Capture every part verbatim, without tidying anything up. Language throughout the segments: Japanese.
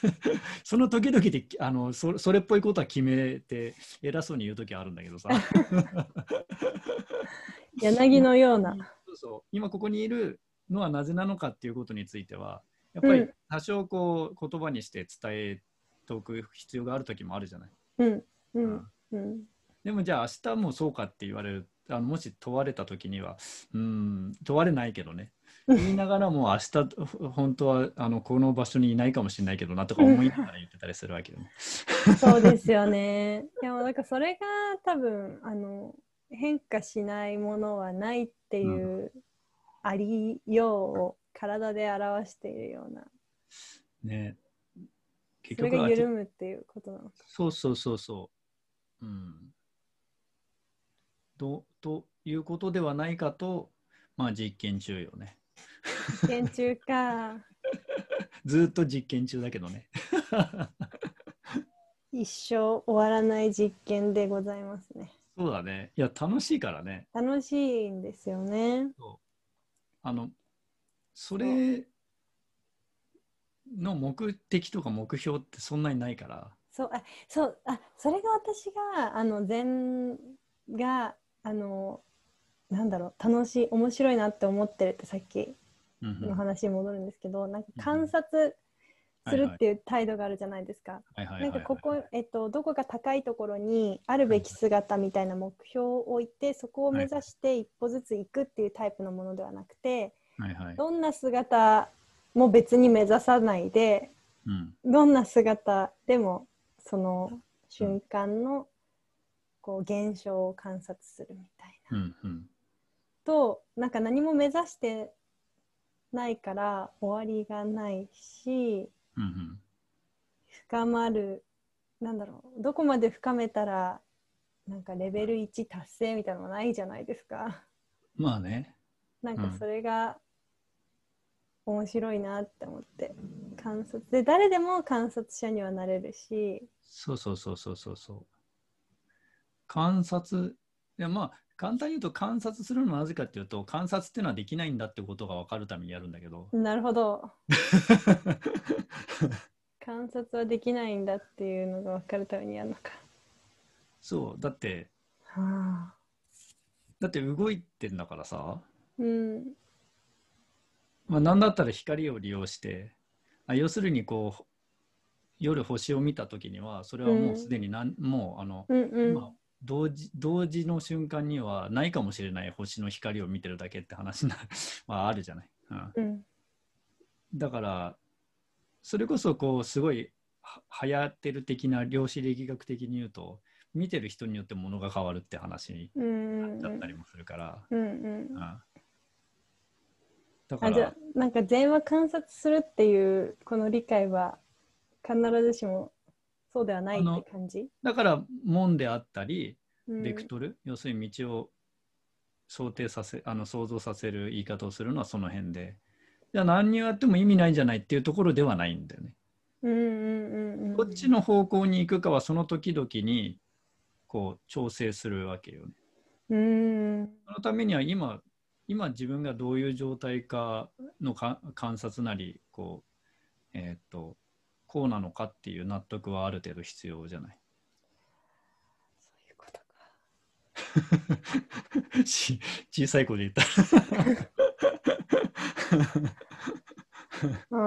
その時々であの そ, それっぽいことは決めて偉そうに言う時はあるんだけどさ柳のような。 そうそう今ここにいるのはなぜなのかっていうことについてはやっぱりうん多少こう言葉にして伝えておく必要がある時もあるじゃない、 うんううんうんでもじゃあ明日もそうかって言われるあのもし問われた時にはうーん問われないけどね言いながらも明日本当はあのこの場所にいないかもしれないけどなとか思いながら言ってたりするわけよね。 そうですよね。いや、なんかそれが多分あの変化しないものはないってうん、 いうありようを体で表しているような、 ね結それが局あ緩むっていうことなのか。 そうそうそうそう、うん、とということではないかとまあ実験中よね。 実験中か。 ずっと実験中だけどね。 一生終わらない実験でございますね。 そうだね。いや楽しいからね。 楽しいんですよね。 そうあのそそう。 れの目的とか目標ってそんなにないから。 そう、あ、そう、あ、それが私が、あの、禅が、あの、なんだろう、楽しい、面白いなって思ってるってさっきうんうんの話に戻るんですけど、なんかうんうん、 観察するっはいはいていう態度があるじゃないですか。 はいはいなんはいはいはいかここ、えっと、どこか高いところにあるべき姿みたいな目標を置いて、そこを目はい指して一歩ずつ行くっていうタイプのものではなくて、 はいはい、 どんな姿も別に目指さないで、 うん、 どんな姿でもそのうん、 瞬間のこう現象を観察するみたいな。 うんうん、 と、なんか何も目指してないから終わりがないし、 うんうん、 深まる、なんだろう、どこまで深めたらなんかレベルいち達成みたいなのもないじゃないですか。 まあね、 なんかそうん、 れが面白いなって思って、観察で誰でも観察者にはなれるし。 そうそうそうそうそうそう。観察、いやまあ簡単に言うと観察するのはなぜかっていうと観察っていうのはできないんだってことが分かるためにやるんだけど。 なるほど。観察はできないんだっていうのが分かるためにやるのか。 そうだってはあ。 だって動いてんだからさ、 うん。 まあ、なんだったら光を利用してあ要するにこう夜星を見た時にはそれはもうすうん。 でになんもうあのうんうん。 今同時同時の瞬間にはないかもしれない星の光を見てるだけって話なはあるじゃない、うん、 うん。 だからそれこそこうすごいは流行ってる的な量子力学的に言うと見てる人によってものが変わるって話にうんなっちゃうんったりもするから、 うんうん。 うん、だかあ、じゃあらなんか全話観察するっていうこの理解は必ずしもそうではないってあの感じ。 だから門であったりうん。 ベクトル要するに道を想定させあの想像させる言い方をするのはその辺で、じゃあ何にやっても意味ないんじゃないっていうところではないんだよね。 うんうんうんどっちの方向に行くかはその時々にこう調整するわけよね。 うん。うん。 そのためには今今自分がどういう状態かのか観察なりこう、えー、っとこうなのかっていう納得はある程度必要じゃない。 そういうことか。 し小さい子で言ったうん。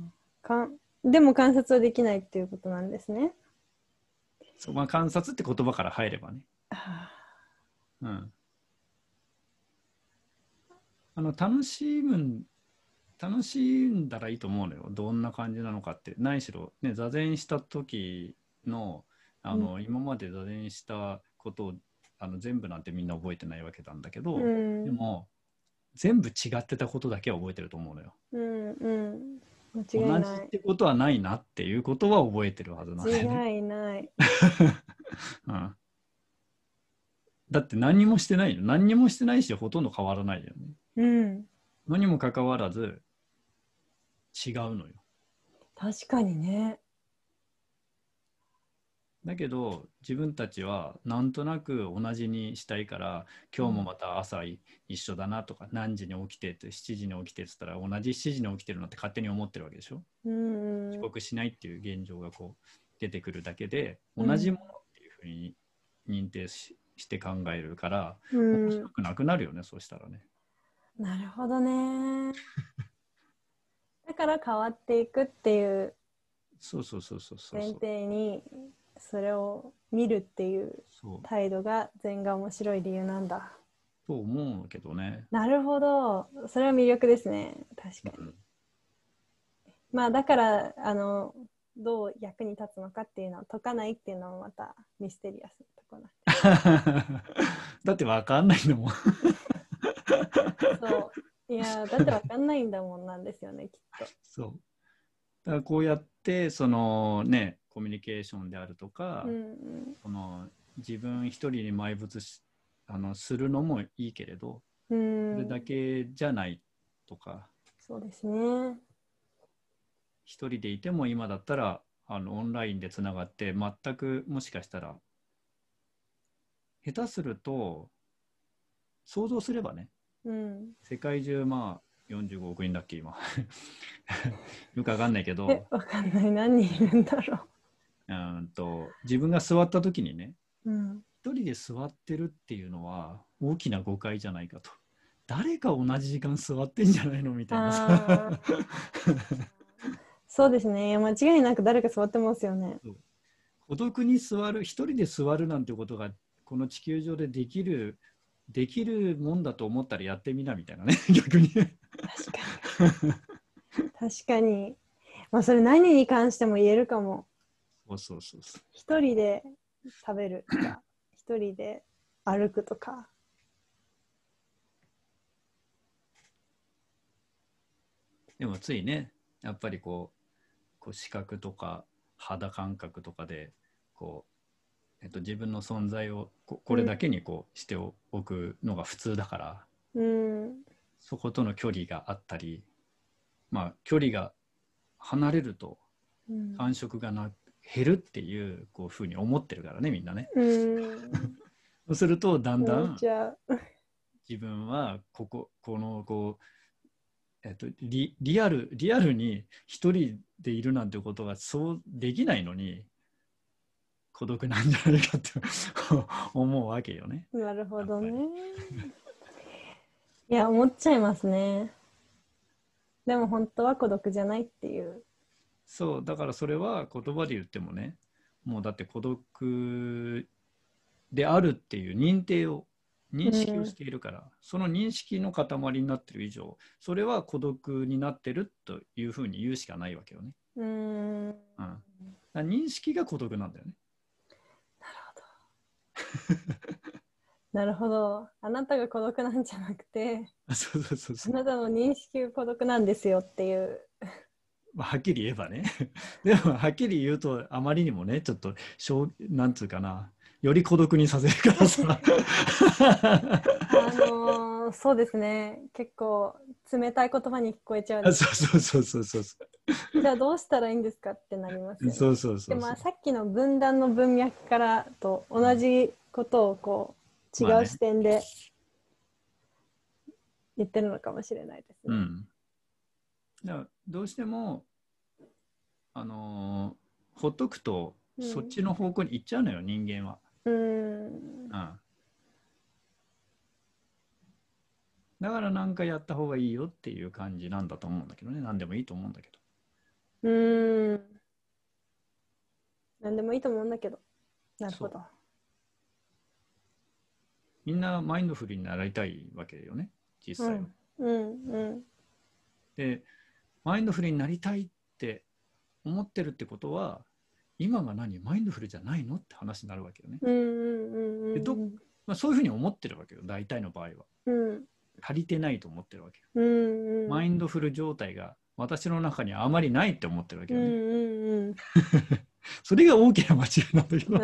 かんでも観察はできないっていうことなんですね。 そう、まあ、観察って言葉から入ればね、 あうん、あの楽しむ楽しんだらいいと思うのよ。どんな感じなのかって。何しろ、ね、座禅した時の、あうん。 の今まで座禅したことをあの全部なんてみんな覚えてないわけなんだけうど、でん。 も全部違ってたことだけは覚えてると思うのよ。 うんうん。間違い同じっない。 てことはないなっていうことは覚えてるはずなんだよね。 間違いない。 うん、だって何もしてないよ。何にもしてないし、ほとんど変わらないよね。 うん。 のにもかかわらず違うのよ。 確かにね。 だけど自分たちはなんとなく同じにしたいから今日もまた朝い一緒だなとか、何時に起きてってしちじに起きてって言ったら同じしちじに起きてるのって勝手に思ってるわけでしょ。 うん遅刻しないっていう現状がこう出てくるだけでうん同じものっていうふうに認定 し, して考えるからうん面白くなくなるよね、そうしたらね。 なるほどね。だから変わっていくっていうそうそうそうそうそう前そう提にそれを見るっていうそう態度が禅が面白い理由なんだ。 と思うけどね。 なるほど。それは魅力ですね。確かに。 うん、 まあだからあのどう役に立つのかっていうのを解かないっていうのもまたミステリアスなところなんでだって分かんないんだもん。 そう。いやだって分かんないんだもんなんですよね、きっと。 そうだからこうやってそのねコミュニケーションであるとか、 うんうん、 その自分一人に埋没しあのするのもいいけれど、 うん、 それだけじゃないとか、 そうですね。 一人でいても今だったらあのオンラインでつながって全くもしかしたら下手すると想像すればね、 うん、 世界中まあよんじゅうごおく人だっけ今よくわかんないけど、 え、分かんない。何人いるんだろうんと自分が座った時にね、 う。うん一人で座ってるっていうのは大きな誤解じゃないかと。誰か同じ時間座ってんじゃないのみたいなさ。 そうですね。いや間違いなく誰か座ってますよね。 孤独に座る、一人で座るなんてことがこの地球上でできるできるもんだと思ったらやってみなみたいなね、逆に。 確かに。確かに。まあそれ何に関しても言えるかも。 そうそうそうそう。 一人で食べるとか、一人で歩くとか。 でもついね、やっぱりこう、こう視覚とか肌感覚とかでこう、えっと、自分の存在を こ, これだけにこうしておくのが普通だから、 うん、 そことの距離があったり、まあ距離が離れるとうん感触がな減るっていうこうふうに思ってるからね、みんなね。 うん、 そうするとだんだ思っんちゃう。 自分はこここのこうえっと、リ, リアルリアルに一人でいるなんてことがそうできないのに孤独なんじゃないかって思うわけよね。 なるほどね。いや思っちゃいますね。でも本当は孤独じゃないっていう。 そうだからそれは言葉で言ってもね、もうだって孤独であるっていう認定を認識をしているから、うん、その認識の塊になってる以上それは孤独になってるというふうに言うしかないわけよね。 うん、 うん、だから認識が孤独なんだよね。 なるほど。なるほど。あなたが孤独なんじゃなくてそうそうそうそう、 あなたの認識が孤独なんですよっていう。 まあ、はっきり言えばねでもはっきり言うとあまりにもねちょっとしょうなんつうかな、より孤独にさせるからさあのー、そうですね。結構冷たい言葉に聞こえちゃうんです。 そうそうそうそうそう。 じゃあどうしたらいいんですかってなりますよね。 そうそうそうそう。 でまあさっきの分断の文脈からと同じことをこう違う視点で言ってるのかもしれないですね。 まあね、うん。だからどうしてもあのー、ほっとくとそっちの方向に行っちゃうのよ、うん、人間は。うん。うん。だから何かやった方がいいよっていう感じなんだと思うんだけどね。何でもいいと思うんだけど。 うーん。何でもいいと思うんだけど。なるほど。 みんなマインドフルになりたいわけよね、実際は。 うんうんうん、 で、マインドフルになりたいって思ってるってことは、今が何マインドフルじゃないのって話になるわけよね。 うんうんうんうん、 でどまあ、そういうふうに思ってるわけよ、大体の場合は。 うん、 足りてないと思ってるわけよ、 うんうん。 マインドフル状態が私の中にはあまりないって思ってるわけよね。うんうんうん、それが大きな間違いなんだけど。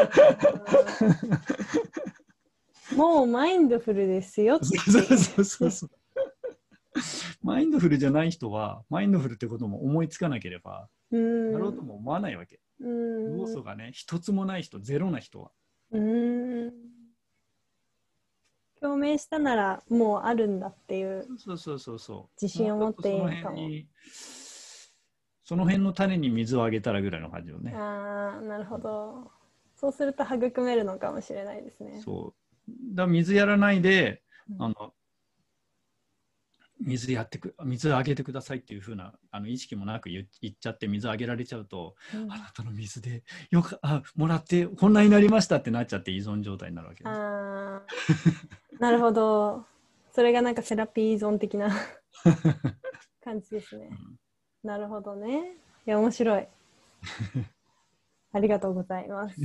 もうマインドフルですよって。 そうそうそうそう。マインドフルじゃない人はマインドフルってことも思いつかなければやろうとも思わないわけ。 うーん。 要素がね、一つもない人、ゼロな人は。 うーん。共鳴したならもうあるんだっていうそうそうそうそう。 自信を持っていもうちょっとそのいかも。 辺に、その辺の種に水をあげたらぐらいの感じよね。 ああ、なるほど。そうすると育めるのかもしれないですね。 そう。だから水やらないで、 うんあの、水やってく、水あげてくださいっていう風なあの意識もなく言っ言っちゃって水あげられちゃうと、 うんあなたの水でよくあもらってこんなになりましたってなっちゃって依存状態になるわけです。 あー、なるほど。それがなんかセラピー依存的な感じですね。なるほどね。いや、面白い。ありがとうございます。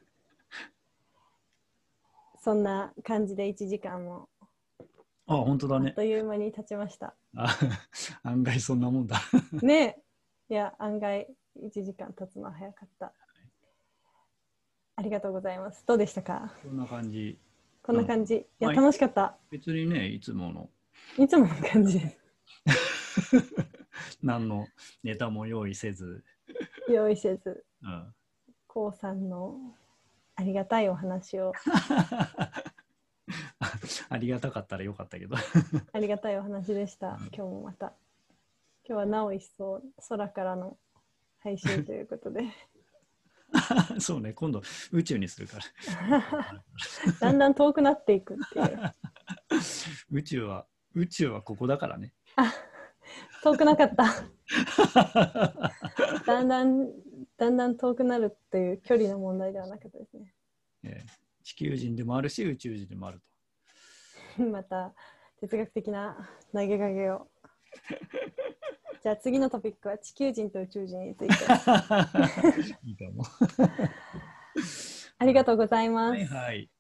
そんな感じでいちじかんもあ、本当だね。 あっという間に経ちました。 あ案外そんなもんだ。 ねえ。いや、案外いちじかん経つのは早かった。ありがとうございます。どうでしたか？ こんな感じ。 こんな感じ。いや、 まあ楽しかった。 別にね、いつものいつもの感じです。 何のネタも用意せず、 用意せず、 うん、 こうさんのありがたいお話を、 ありがたかったらよかったけど。 ありがたいお話でした。今日もまた。今日はなお一層空からの配信ということで。 そうね、今度宇宙にするから。 だんだん遠くなっていくっていう。 宇宙は、宇宙はここだからね。 あ、遠くなかった。だんだん、だんだん遠くなるっていう距離の問題ではなかったですね。 えー地球人でもあるし宇宙人でもあると。 また哲学的な投げかけを。じゃあ次のトピックは地球人と宇宙人について。 いいかも。 ありがとうございます。 はいはい。